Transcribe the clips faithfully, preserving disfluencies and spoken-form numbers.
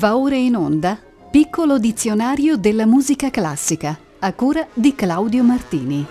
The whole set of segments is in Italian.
Va ora in onda Piccolo dizionario della musica classica, a cura di Claudio Martini.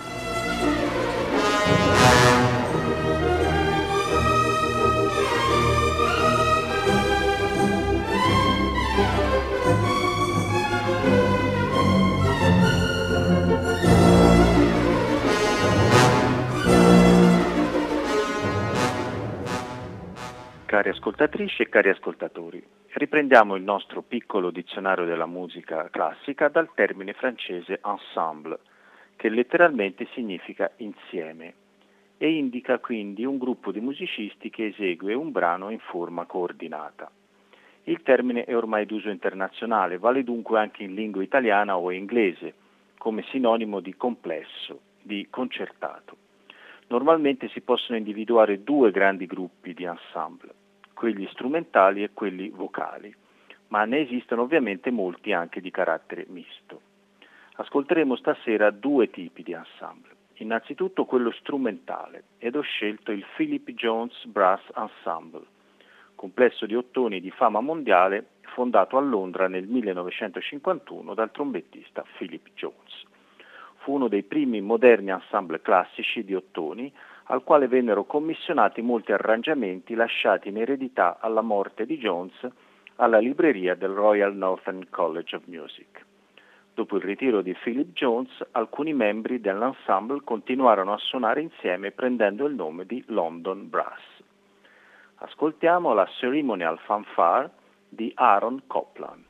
Cari ascoltatrici e cari ascoltatori, riprendiamo il nostro piccolo dizionario della musica classica dal termine francese ensemble, che letteralmente significa insieme e indica quindi un gruppo di musicisti che esegue un brano in forma coordinata. Il termine è ormai d'uso internazionale, vale dunque anche in lingua italiana o inglese, come sinonimo di complesso, di concertato. Normalmente si possono individuare due grandi gruppi di ensemble, quelli strumentali e quelli vocali, ma ne esistono ovviamente molti anche di carattere misto. Ascolteremo stasera due tipi di ensemble. Innanzitutto quello strumentale, ed ho scelto il Philip Jones Brass Ensemble, complesso di ottoni di fama mondiale fondato a Londra nel millenovecentocinquantuno dal trombettista Philip Jones. Fu uno dei primi moderni ensemble classici di ottoni al quale vennero commissionati molti arrangiamenti lasciati in eredità alla morte di Jones alla libreria del Royal Northern College of Music. Dopo il ritiro di Philip Jones, alcuni membri dell'ensemble continuarono a suonare insieme prendendo il nome di London Brass. Ascoltiamo la Ceremonial Fanfare di Aaron Copland.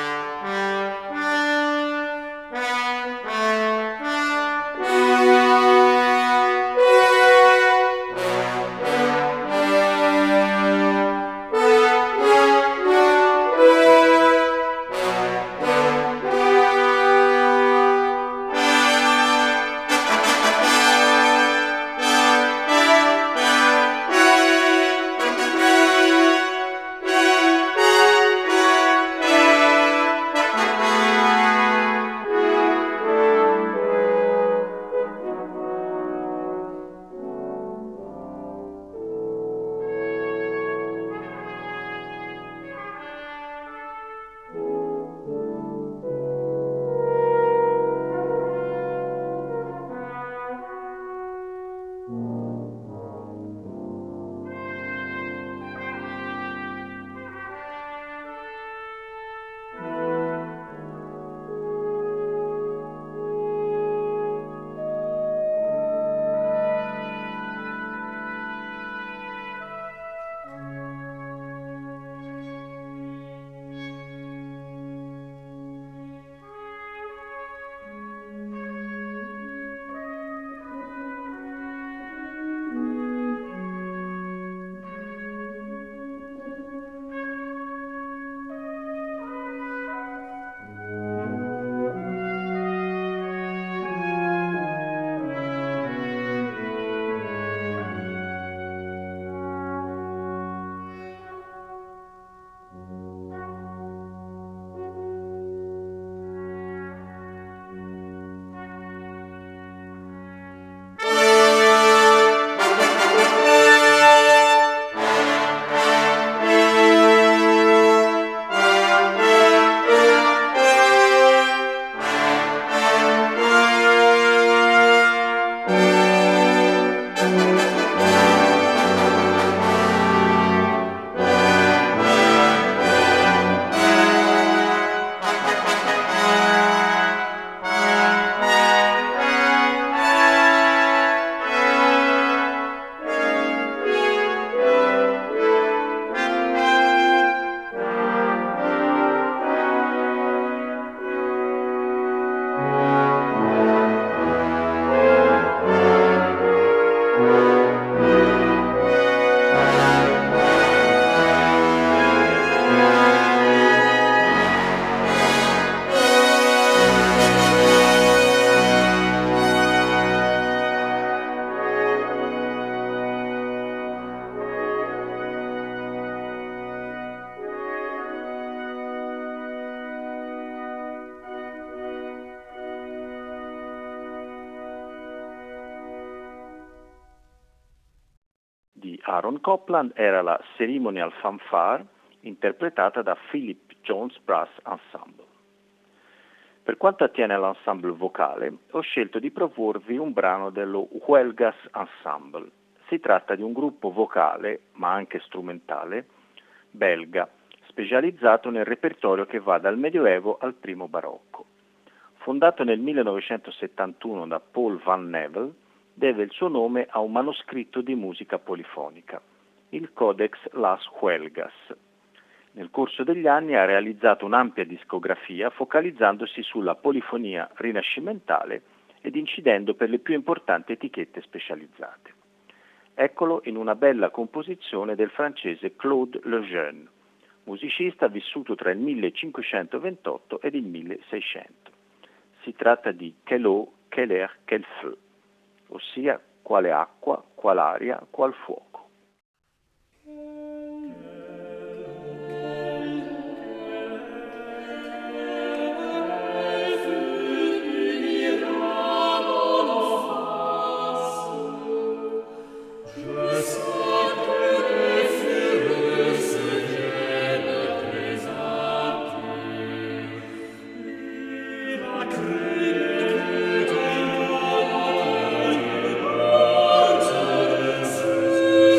Thank you. Aaron Copland era la Ceremonial Fanfare interpretata da Philip Jones Brass Ensemble. Per quanto attiene all'ensemble vocale, ho scelto di proporvi un brano dello Huelgas Ensemble. Si tratta di un gruppo vocale, ma anche strumentale, belga, specializzato nel repertorio che va dal Medioevo al primo barocco. Fondato nel millenovecentosettantuno da Paul Van Nevel, deve il suo nome a un manoscritto di musica polifonica, il Codex Las Huelgas. Nel corso degli anni ha realizzato un'ampia discografia focalizzandosi sulla polifonia rinascimentale ed incidendo per le più importanti etichette specializzate. Eccolo in una bella composizione del francese Claude Lejeune, musicista vissuto tra il millecinquecentoventotto ed il milleseicento. Si tratta di Quelle eau, quel air, quel feu, ossia quale acqua, qual aria, qual fuoco. Thank you.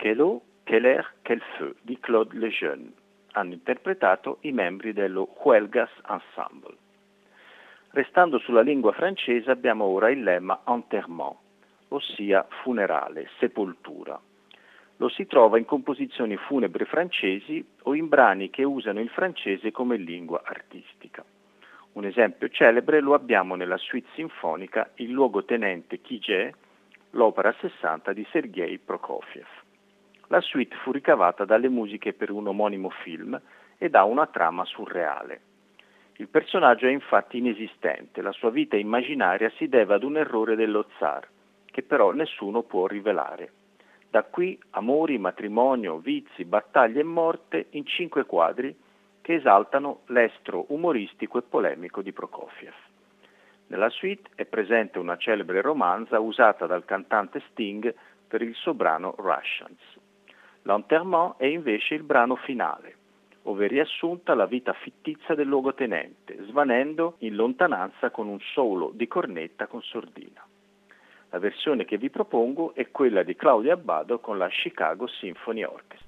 Quelle eau, quel air, quel feu di Claude Lejeune. Hanno interpretato i membri dello Huelgas Ensemble. Restando sulla lingua francese abbiamo ora il lemma enterrement, ossia funerale, sepoltura. Lo si trova in composizioni funebri francesi o in brani che usano il francese come lingua artistica. Un esempio celebre lo abbiamo nella suite sinfonica Il luogotenente Kijé, l'opera sessanta di Sergei Prokofiev. La suite fu ricavata dalle musiche per un omonimo film ed ha una trama surreale. Il personaggio è infatti inesistente, la sua vita immaginaria si deve ad un errore dello zar, che però nessuno può rivelare. Da qui amori, matrimonio, vizi, battaglie e morte in cinque quadri che esaltano l'estro umoristico e polemico di Prokofiev. Nella suite è presente una celebre romanza usata dal cantante Sting per il suo brano Russians. L'enterrement è invece il brano finale, ove è riassunta la vita fittizia del luogotenente, svanendo in lontananza con un solo di cornetta con sordina. La versione che vi propongo è quella di Claudio Abbado con la Chicago Symphony Orchestra.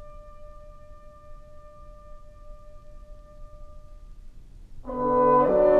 Oh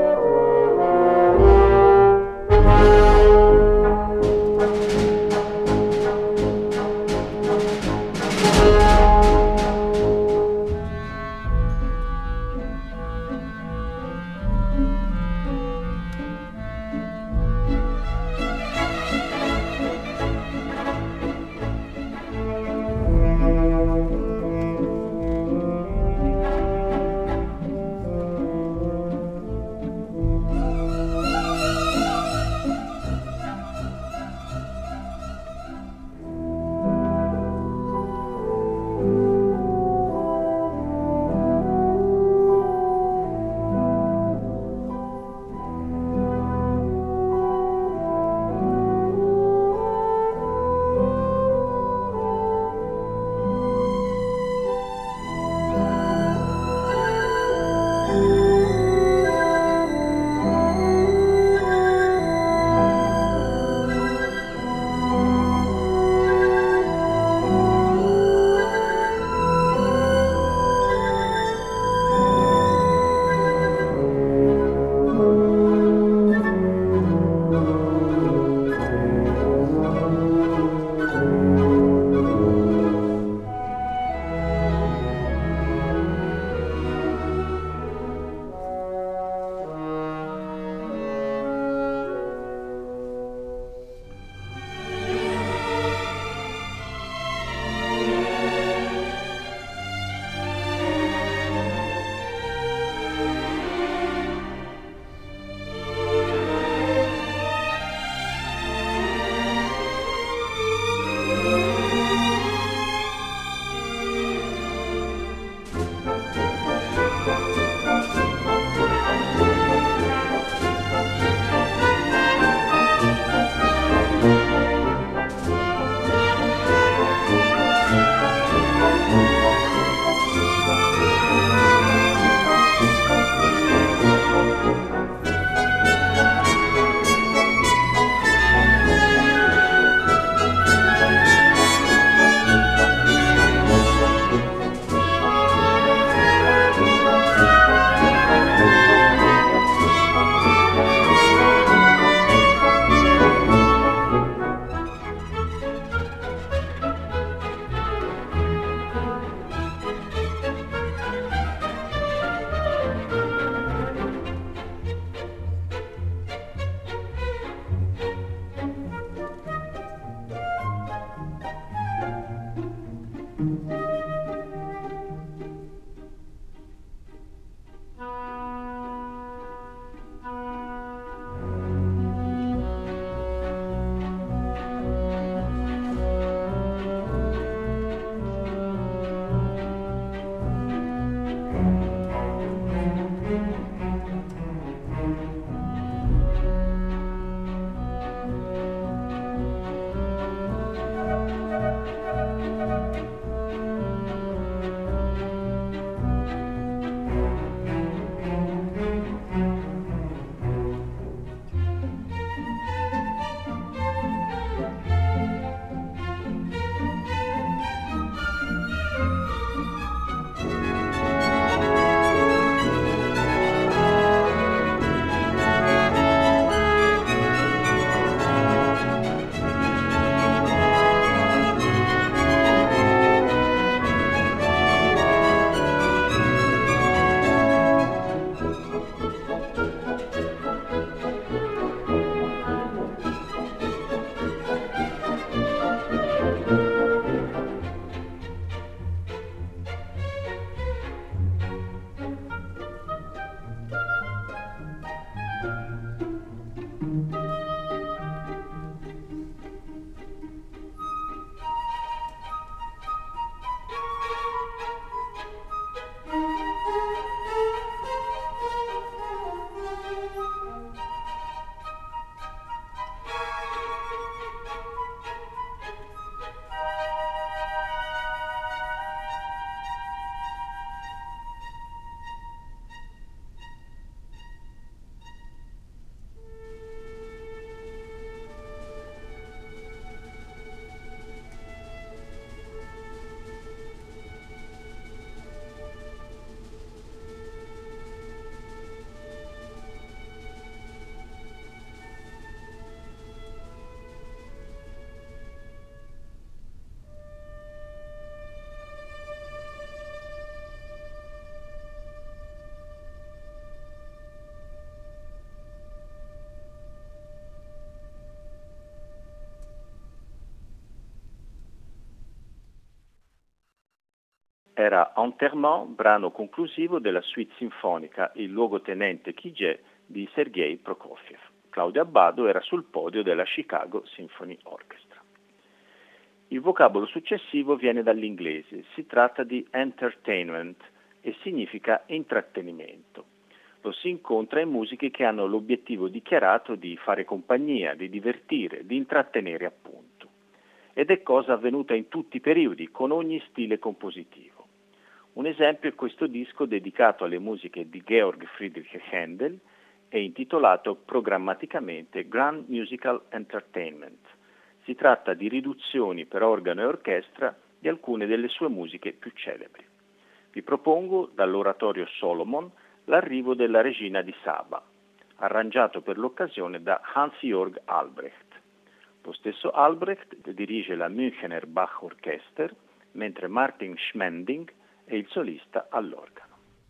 era Enterrement, brano conclusivo della suite sinfonica Il luogotenente Chi c'è di Sergei Prokofiev. Claudio Abbado era sul podio della Chicago Symphony Orchestra. Il vocabolo successivo viene dall'inglese, si tratta di entertainment e significa intrattenimento. Lo si incontra in musiche che hanno l'obiettivo dichiarato di fare compagnia, di divertire, di intrattenere appunto. Ed è cosa avvenuta in tutti i periodi, con ogni stile compositivo. Un esempio è questo disco dedicato alle musiche di Georg Friedrich Händel e intitolato programmaticamente Grand Musical Entertainment. Si tratta di riduzioni per organo e orchestra di alcune delle sue musiche più celebri. Vi propongo dall'oratorio Solomon L'arrivo della regina di Saba, arrangiato per l'occasione da Hans-Jörg Albrecht. Lo stesso Albrecht dirige la Münchener Bach Orchester, mentre Martin Schmending è il solista all'organo.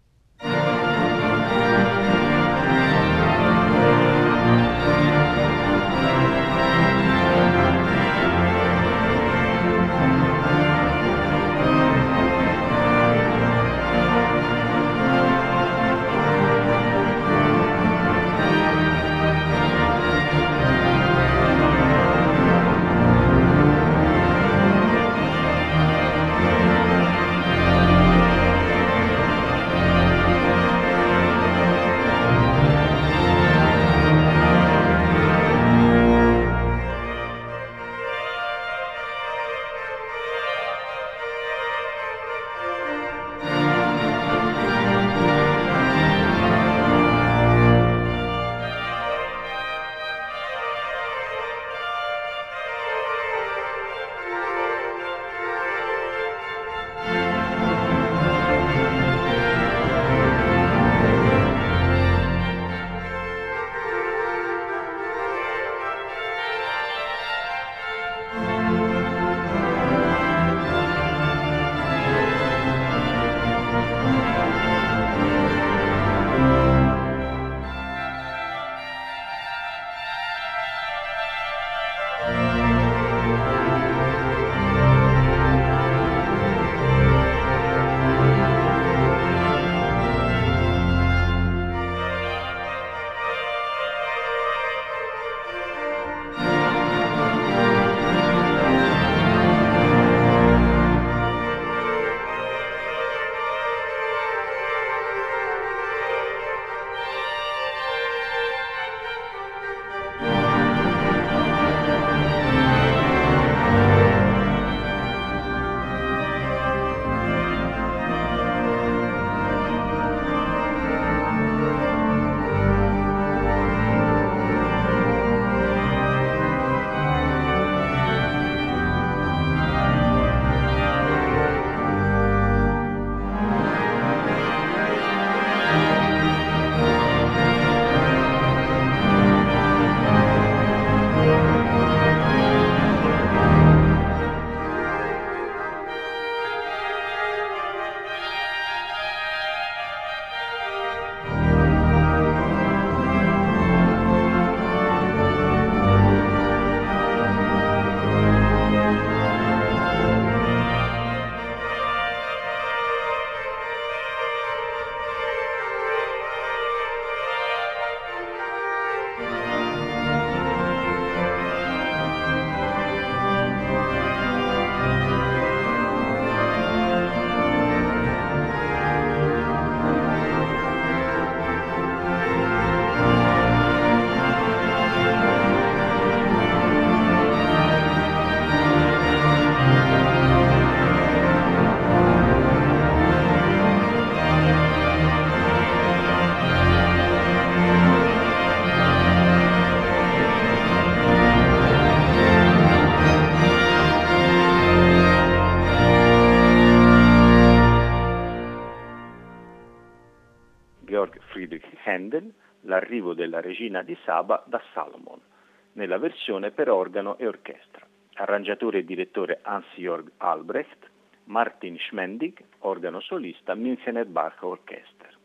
Händel, L'arrivo della regina di Saba da Salomon, nella versione per organo e orchestra. Arrangiatore e direttore Hans-Jörg Albrecht, Martin Schmendig, organo solista Münchener Bach Orchester.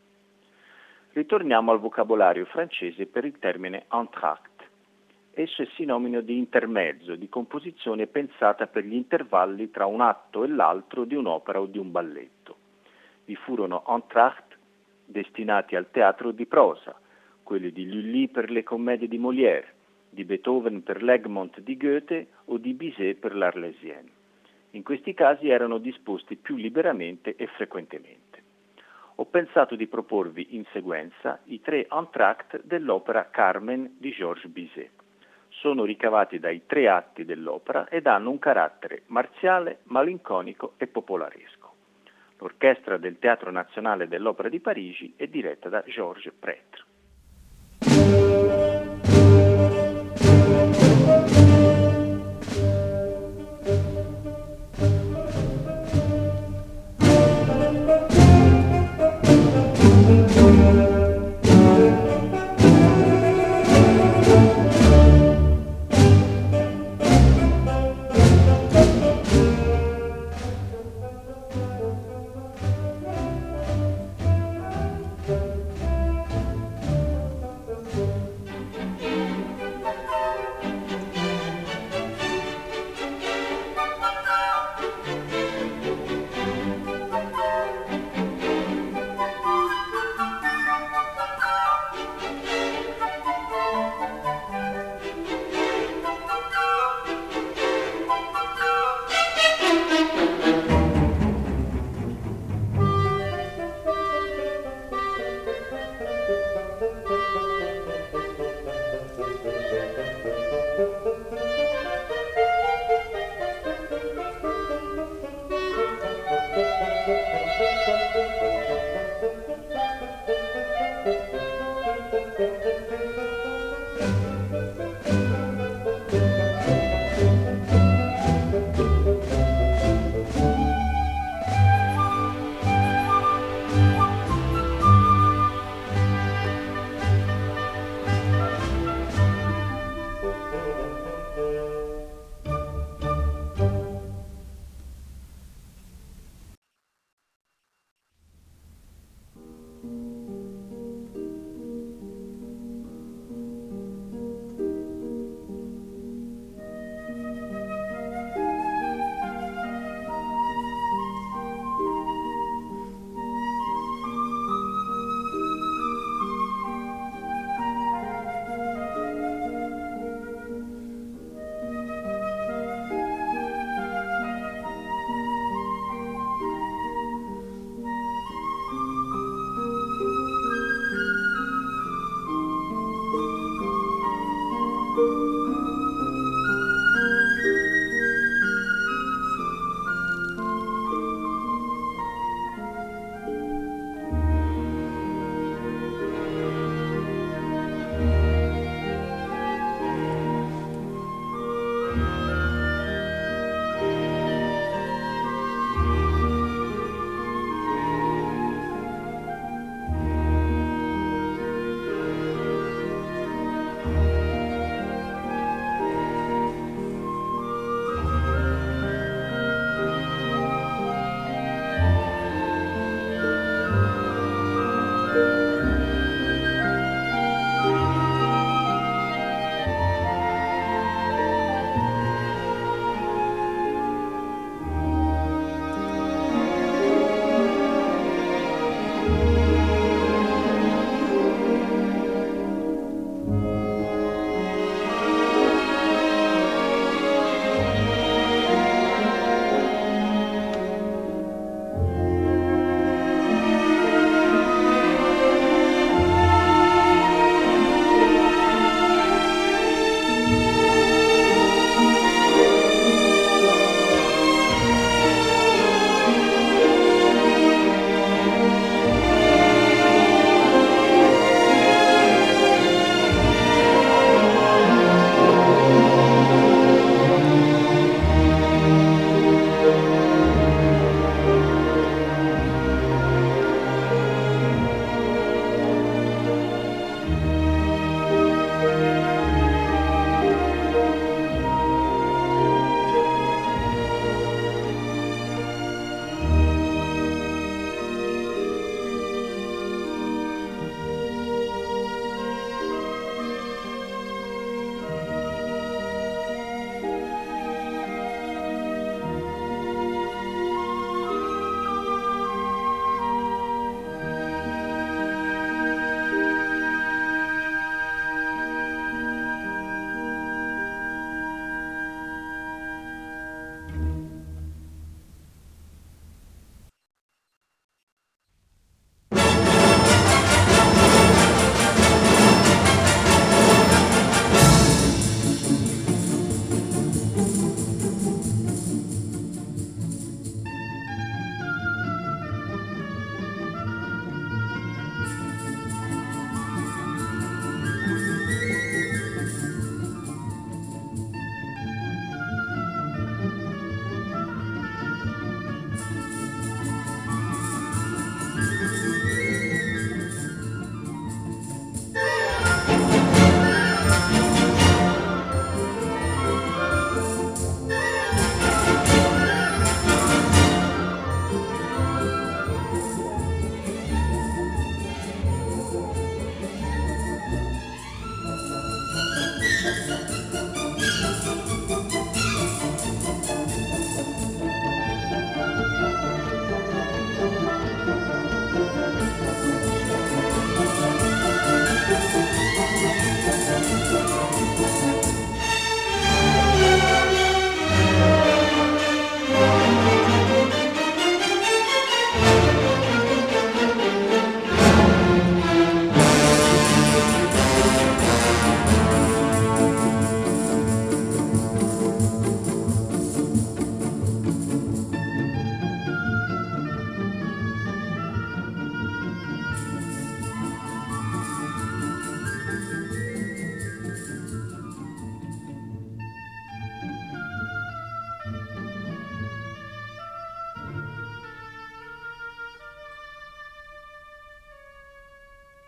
Ritorniamo al vocabolario francese per il termine entr'acte. Esso è sinonimo di intermezzo, di composizione pensata per gli intervalli tra un atto e l'altro di un'opera o di un balletto. Vi furono entr'acte destinati al teatro di prosa, quelli di Lully per le commedie di Molière, di Beethoven per l'Egmont di Goethe o di Bizet per l'Arlésienne. In questi casi erano disposti più liberamente e frequentemente. Ho pensato di proporvi in sequenza i tre entr'acte dell'opera Carmen di Georges Bizet. Sono ricavati dai tre atti dell'opera ed hanno un carattere marziale, malinconico e popolaresco. L'orchestra del Teatro Nazionale dell'Opera di Parigi è diretta da Georges Prêtre.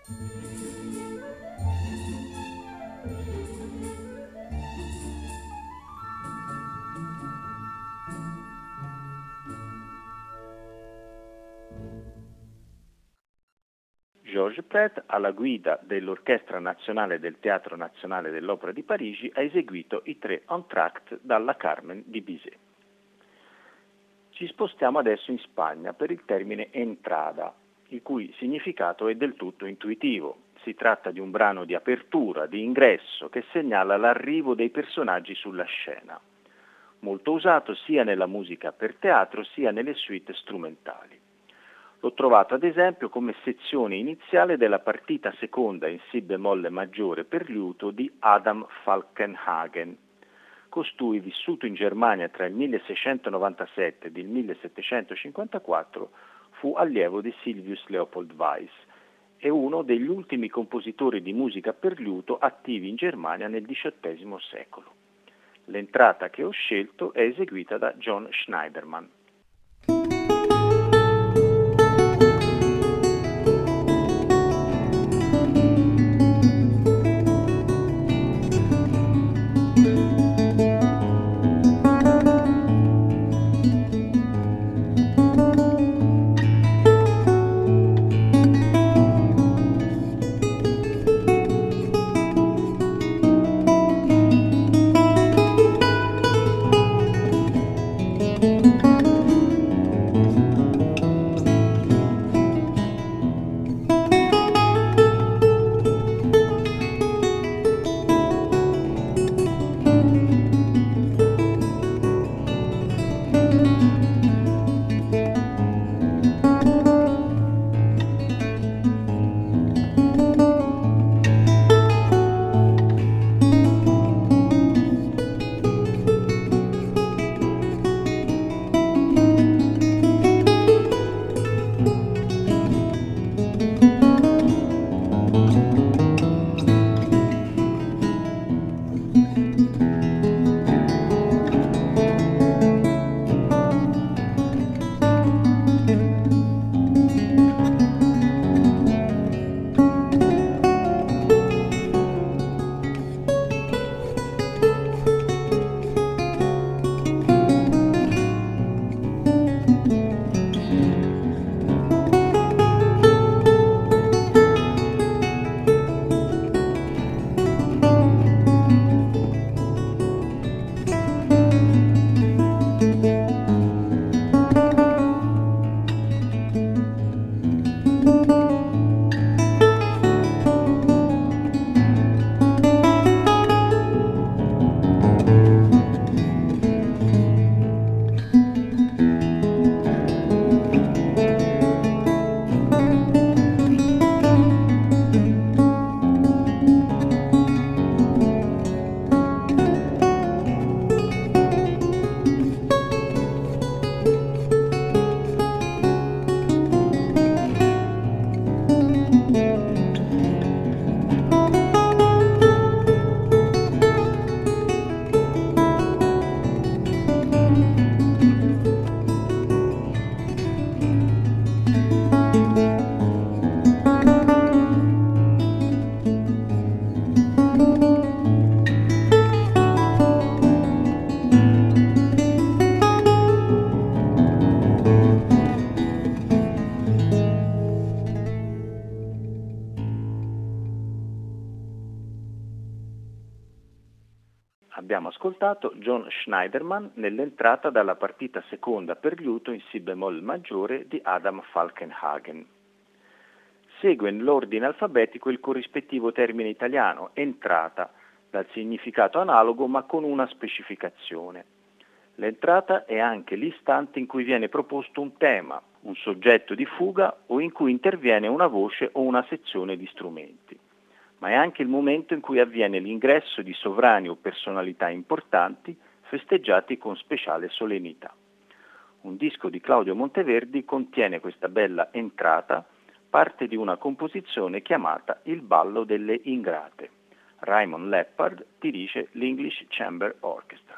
Georges Pret, alla guida dell'Orchestra Nazionale del Teatro Nazionale dell'Opera di Parigi, ha eseguito i tre entr'acte dalla Carmen di Bizet. Ci spostiamo adesso in Spagna per il termine entrada, il cui significato è del tutto intuitivo. Si tratta di un brano di apertura, di ingresso, che segnala l'arrivo dei personaggi sulla scena, molto usato sia nella musica per teatro sia nelle suite strumentali. L'ho trovato ad esempio come sezione iniziale della partita seconda in Si bemolle maggiore per liuto di Adam Falkenhagen. Costui, vissuto in Germania tra il milleseicentonovantasette ed il millesettecentocinquantaquattro, fu allievo di Silvius Leopold Weiss e uno degli ultimi compositori di musica per liuto attivi in Germania nel diciottesimo secolo. L'entrata che ho scelto è eseguita da John Schneiderman. Abbiamo ascoltato John Schneiderman nell'entrata dalla partita seconda per liuto in Si bemolle maggiore di Adam Falkenhagen. Segue nell'ordine alfabetico il corrispettivo termine italiano, entrata, dal significato analogo ma con una specificazione. L'entrata è anche l'istante in cui viene proposto un tema, un soggetto di fuga o in cui interviene una voce o una sezione di strumenti. Ma è anche il momento in cui avviene l'ingresso di sovrani o personalità importanti festeggiati con speciale solennità. Un disco di Claudio Monteverdi contiene questa bella entrata, parte di una composizione chiamata Il ballo delle ingrate. Raymond Leppard dirige l'English Chamber Orchestra.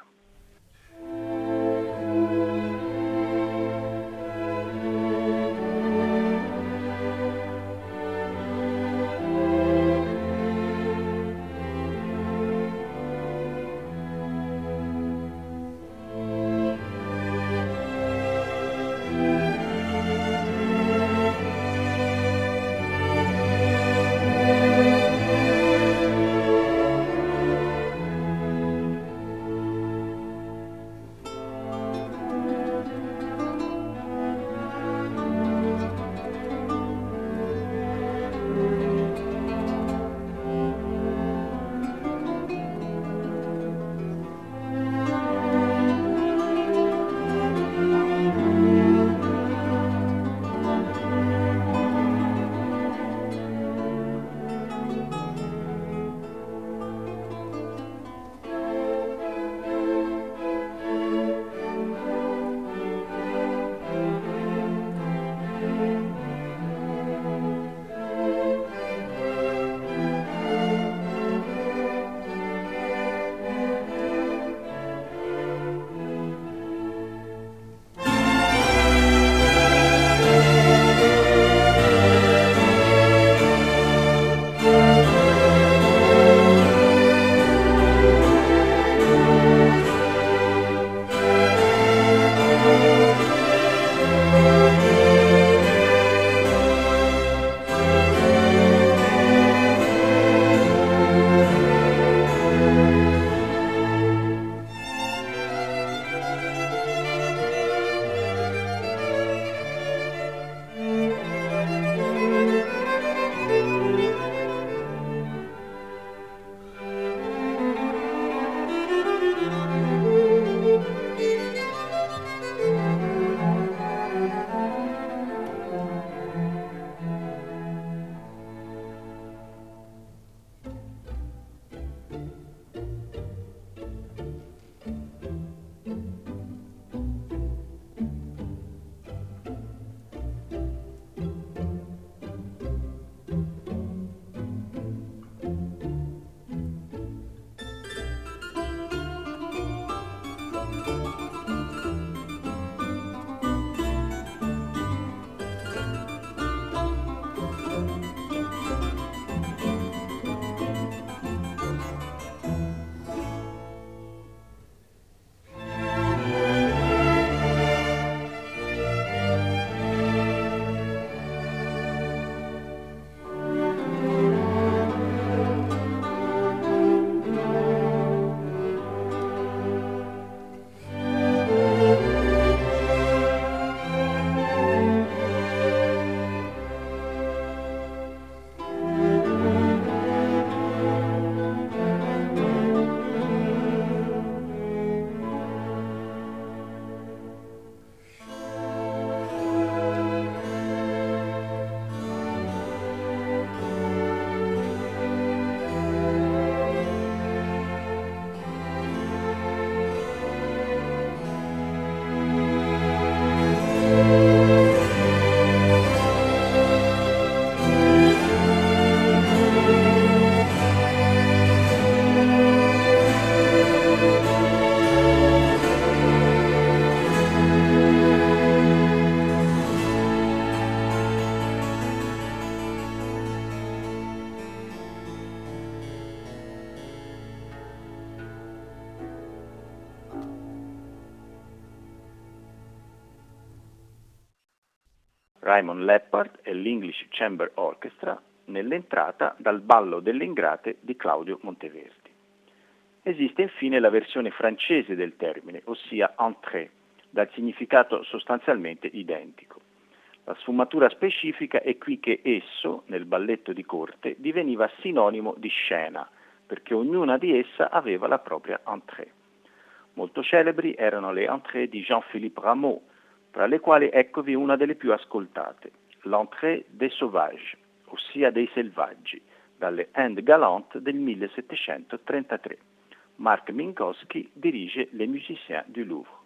Raymond Leppard e l'English Chamber Orchestra nell'entrata dal Ballo delle Ingrate di Claudio Monteverdi. Esiste infine la versione francese del termine, ossia entrée, dal significato sostanzialmente identico. La sfumatura specifica è qui che esso, nel balletto di corte, diveniva sinonimo di scena, perché ognuna di essa aveva la propria entrée. Molto celebri erano le entrée di Jean-Philippe Rameau, tra le quali eccovi una delle più ascoltate, l'entrée des sauvages, ossia dei selvaggi, dalle Indes galantes del millesettecentotrentatré. Marc Minkowski dirige Les Musiciens du Louvre.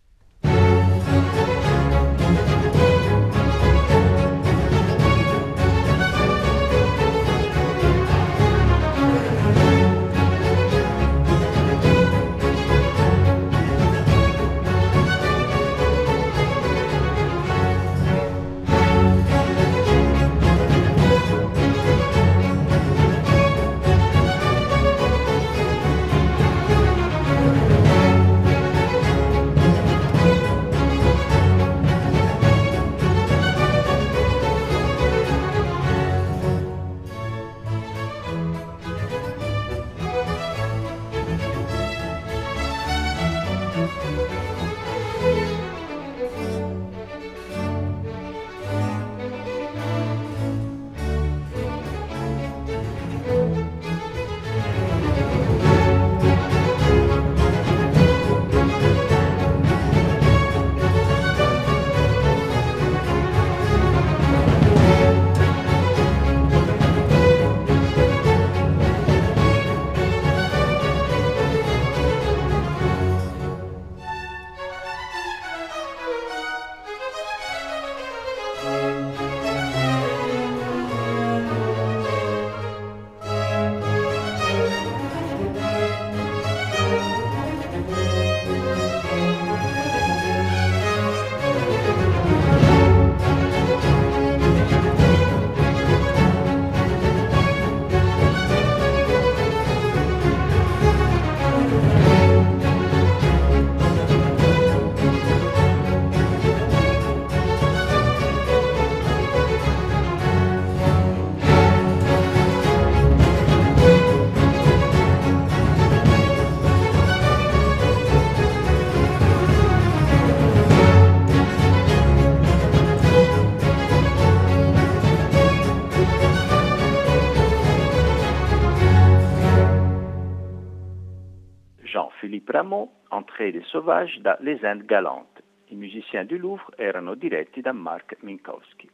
Jean-Philippe Rameau, Entrée des Sauvages da Les Indes galantes. I Musiciens du Louvre erano diretti da Marc Minkowski.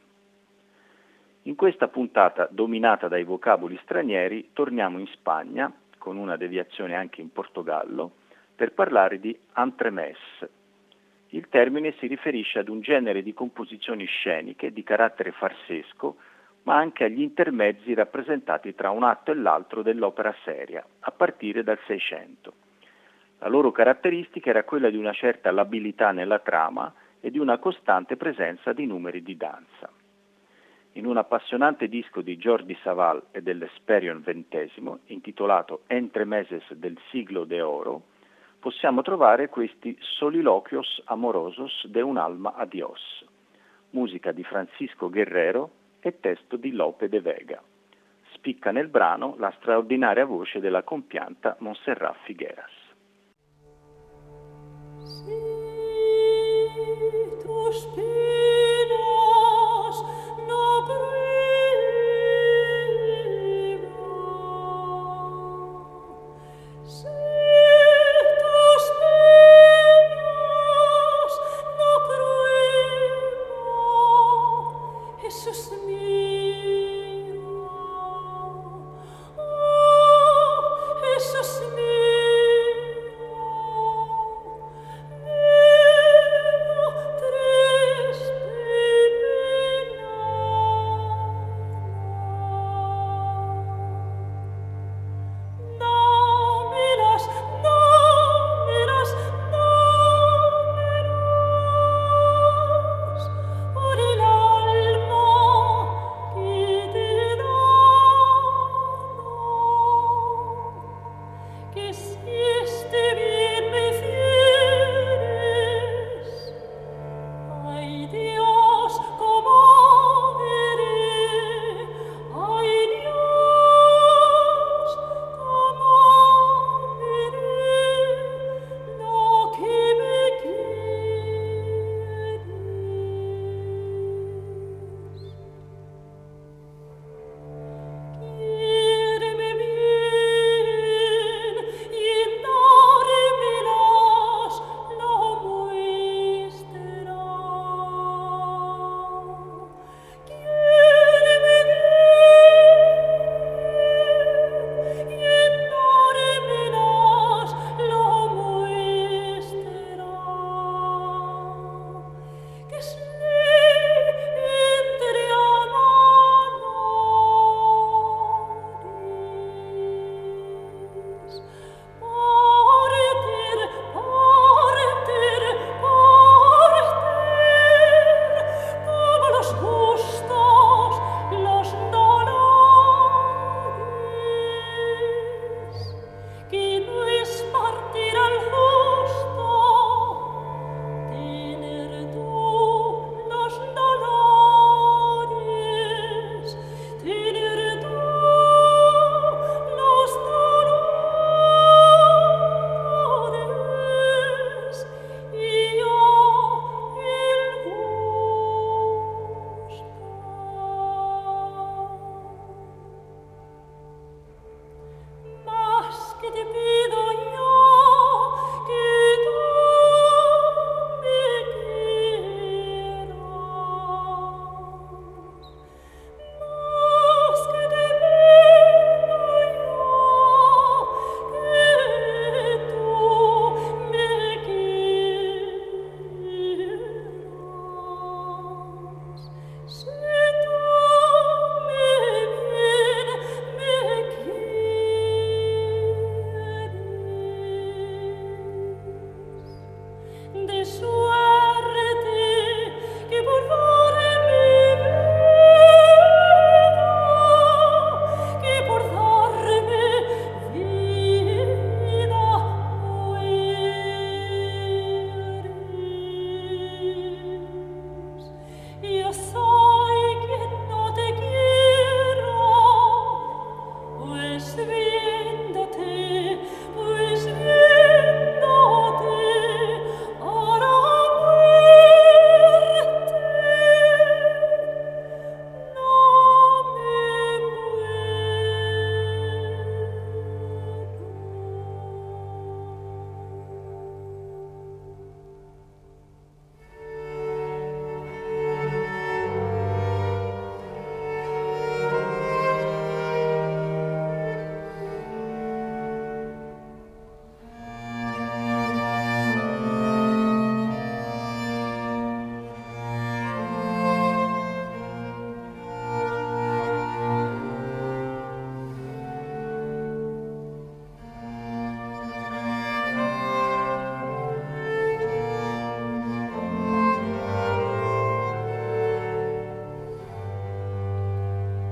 In questa puntata dominata dai vocaboli stranieri torniamo in Spagna, con una deviazione anche in Portogallo, per parlare di entremesse. Il termine si riferisce ad un genere di composizioni sceniche di carattere farsesco, ma anche agli intermezzi rappresentati tra un atto e l'altro dell'opera seria, a partire dal Seicento. La loro caratteristica era quella di una certa labilità nella trama e di una costante presenza di numeri di danza. In un appassionante disco di Jordi Savall e dell'Hesperion ventesimo, intitolato Entremeses del siglo de oro, possiamo trovare questi Soliloquios amorosos de un alma a Dios, musica di Francisco Guerrero e testo di Lope de Vega. Spicca nel brano la straordinaria voce della compianta Montserrat Figueras. Si tu spinas no prima, si tu spinas no prima, Jesús mío, oh, Jesús mío. Tre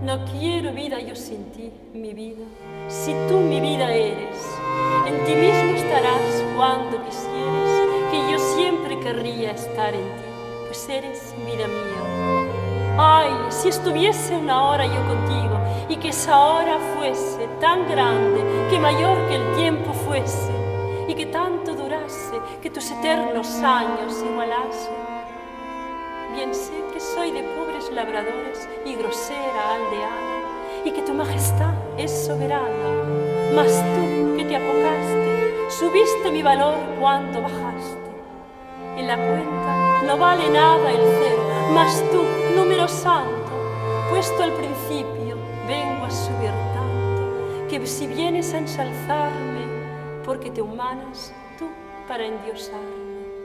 No quiero vida yo sin ti, mi vida. Si tú mi vida eres, en ti mismo estarás cuando quisieres, que yo siempre querría estar en ti, pues eres vida mía. Ay, si estuviese una hora yo contigo y que esa hora fuese tan grande que mayor que el tiempo fuese y que tanto durase que tus eternos años igualase. Bien sé que soy de pobres labradores y grosera aldeana y que tu majestad es soberana, mas tú que te apocaste subiste mi valor cuando bajaste. En la cuenta no vale nada el cero, mas tú, número santo, puesto al principio, vengo a subir tanto, que si vienes a ensalzarme, porque te humanas tú para endiosarme.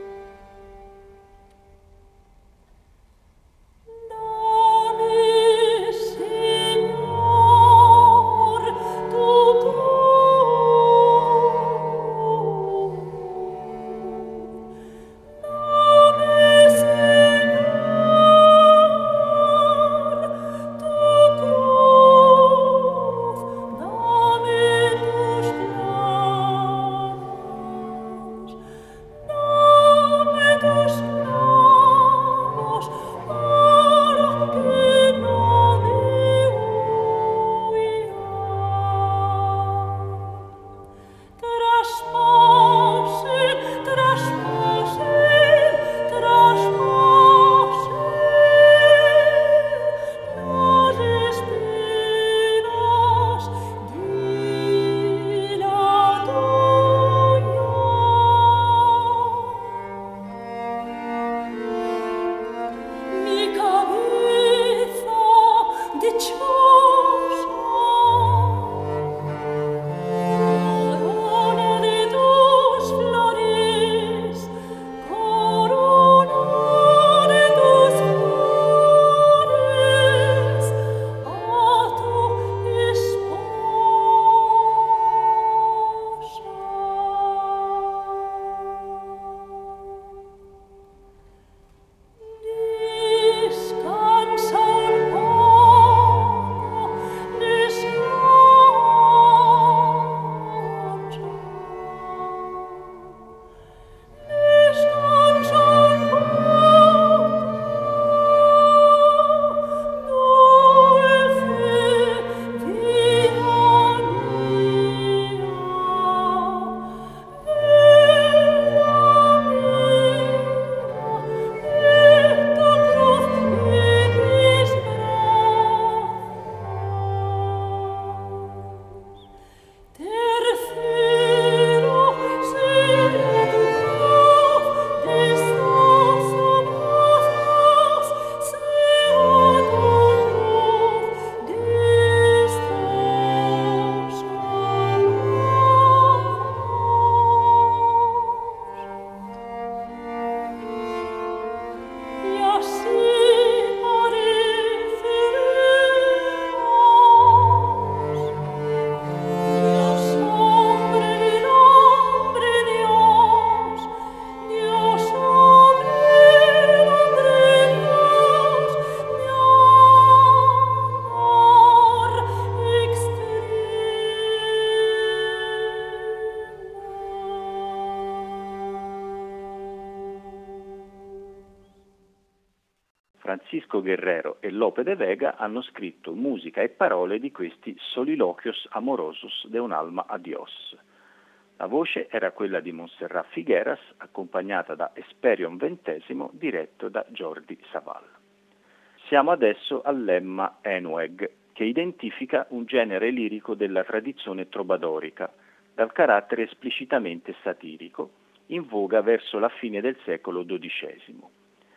Francisco Guerrero e Lope de Vega hanno scritto musica e parole di questi Soliloquios amorosos de un alma a Dios. La voce era quella di Montserrat Figueras, accompagnata da Esperion ventesimo, diretto da Jordi Savall. Siamo adesso al lemma Enueg, che identifica un genere lirico della tradizione trobadorica, dal carattere esplicitamente satirico, in voga verso la fine del secolo dodicesimo.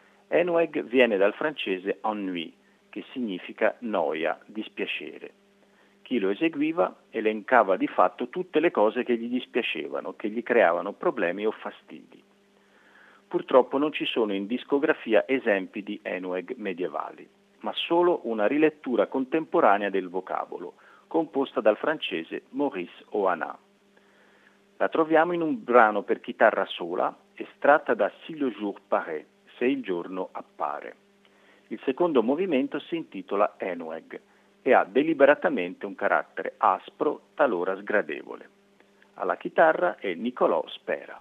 Enueg viene dal francese ennui, che significa noia, dispiacere. Chi lo eseguiva elencava di fatto tutte le cose che gli dispiacevano, che gli creavano problemi o fastidi. Purtroppo non ci sono in discografia esempi di Enueg medievali, ma solo una rilettura contemporanea del vocabolo, composta dal francese Maurice Oana. La troviamo in un brano per chitarra sola, estratta da Si le jour paraît, se il giorno appare. Il secondo movimento si intitola Enueg e ha deliberatamente un carattere aspro, talora sgradevole. Alla chitarra è Nicolò Spera.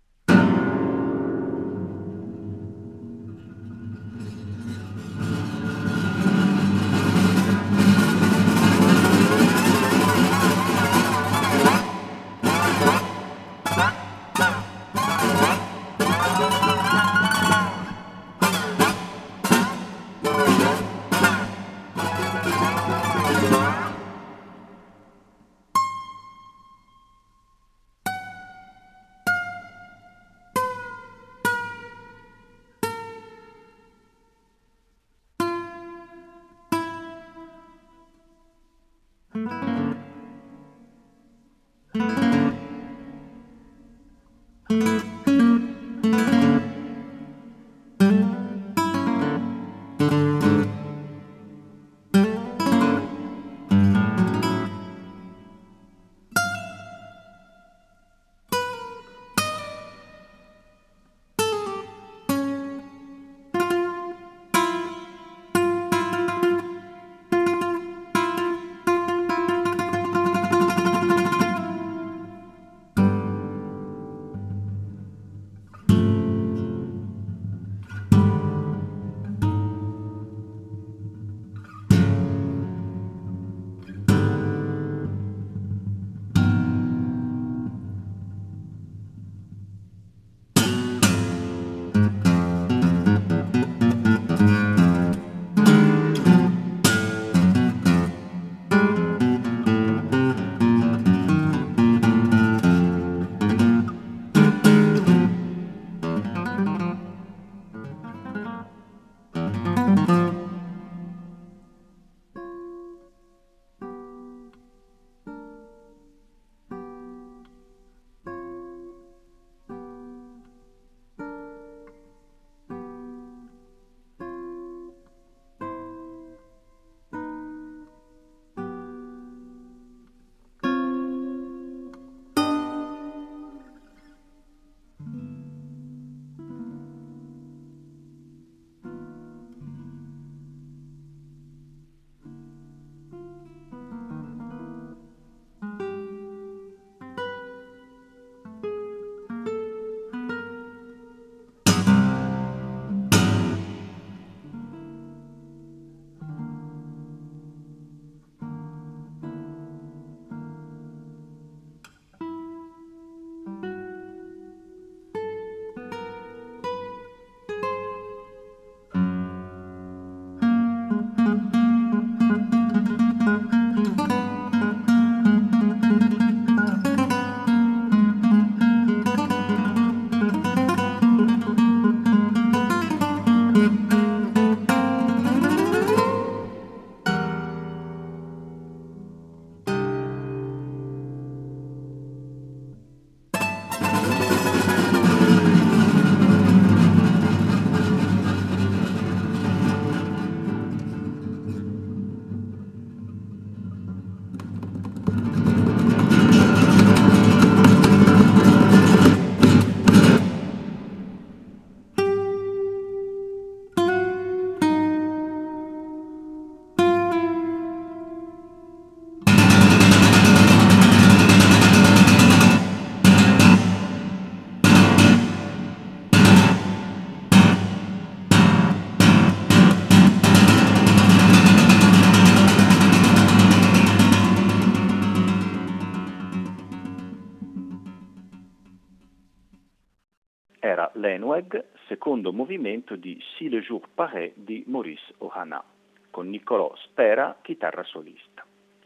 Era l'Enweg, secondo movimento di Si le jour paraît di Maurice Ohana, con Nicolò Spera, chitarra solista.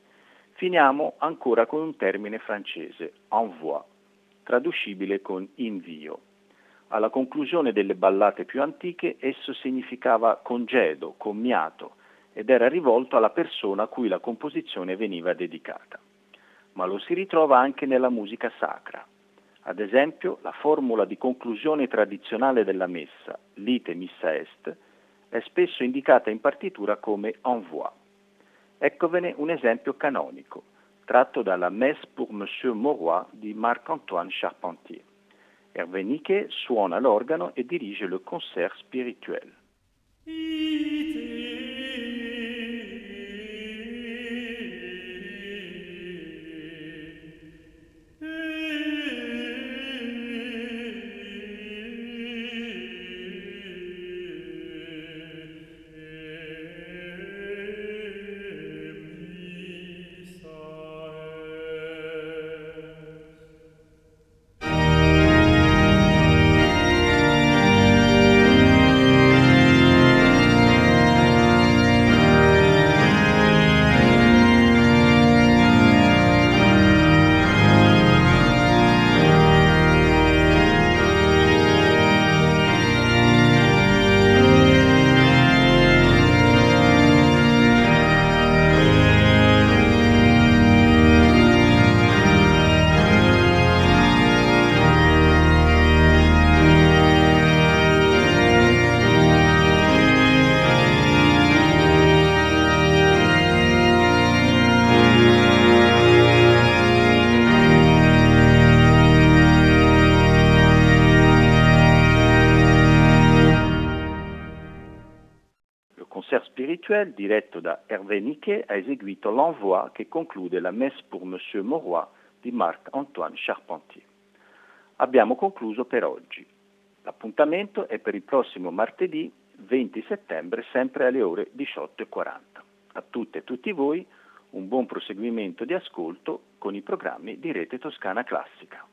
Finiamo ancora con un termine francese, envoi, traducibile con invio. Alla conclusione delle ballate più antiche esso significava congedo, commiato, ed era rivolto alla persona a cui la composizione veniva dedicata. Ma lo si ritrova anche nella musica sacra. Ad esempio, la formula di conclusione tradizionale della messa, lite missa est, è spesso indicata in partitura come envoi. Eccovene un esempio canonico, tratto dalla Messe pour Monsieur Mauroy di Marc-Antoine Charpentier. Hervé Niquet suona l'organo e dirige le concert spirituel. Maxwell, diretto da Hervé Niquet, ha eseguito l'Envoi che conclude la Messe pour Monsieur Mauroy di Marc-Antoine Charpentier. Abbiamo concluso per oggi. L'appuntamento è per il prossimo martedì venti settembre, sempre alle ore diciotto e quaranta. A tutte e tutti voi un buon proseguimento di ascolto con i programmi di Rete Toscana Classica.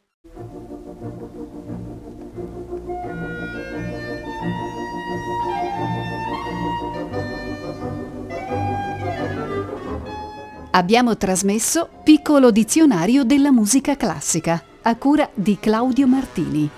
Abbiamo trasmesso Piccolo dizionario della musica classica, a cura di Claudio Martini.